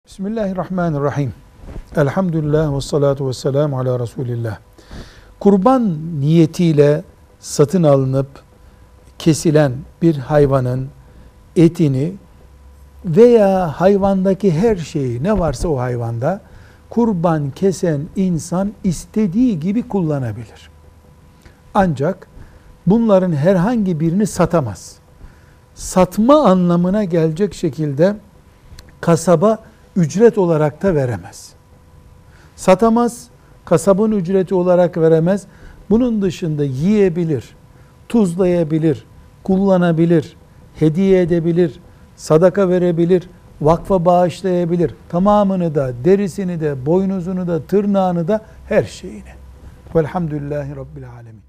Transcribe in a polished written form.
Bismillahirrahmanirrahim. Elhamdülillah ve salatu ve selamu ala Resulillah. Kurban niyetiyle satın alınıp kesilen bir hayvanın etini veya hayvandaki her şeyi, ne varsa o hayvanda, kurban kesen insan istediği gibi kullanabilir. Ancak bunların herhangi birini satamaz. Satma anlamına gelecek şekilde kasaba ücret olarak da veremez. Satamaz, kasabın ücreti olarak veremez. Bunun dışında yiyebilir, tuzlayabilir, kullanabilir, hediye edebilir, sadaka verebilir, vakfa bağışlayabilir. Tamamını da, derisini de, boynuzunu da, tırnağını da, her şeyini. Velhamdülillahi Rabbil alemin.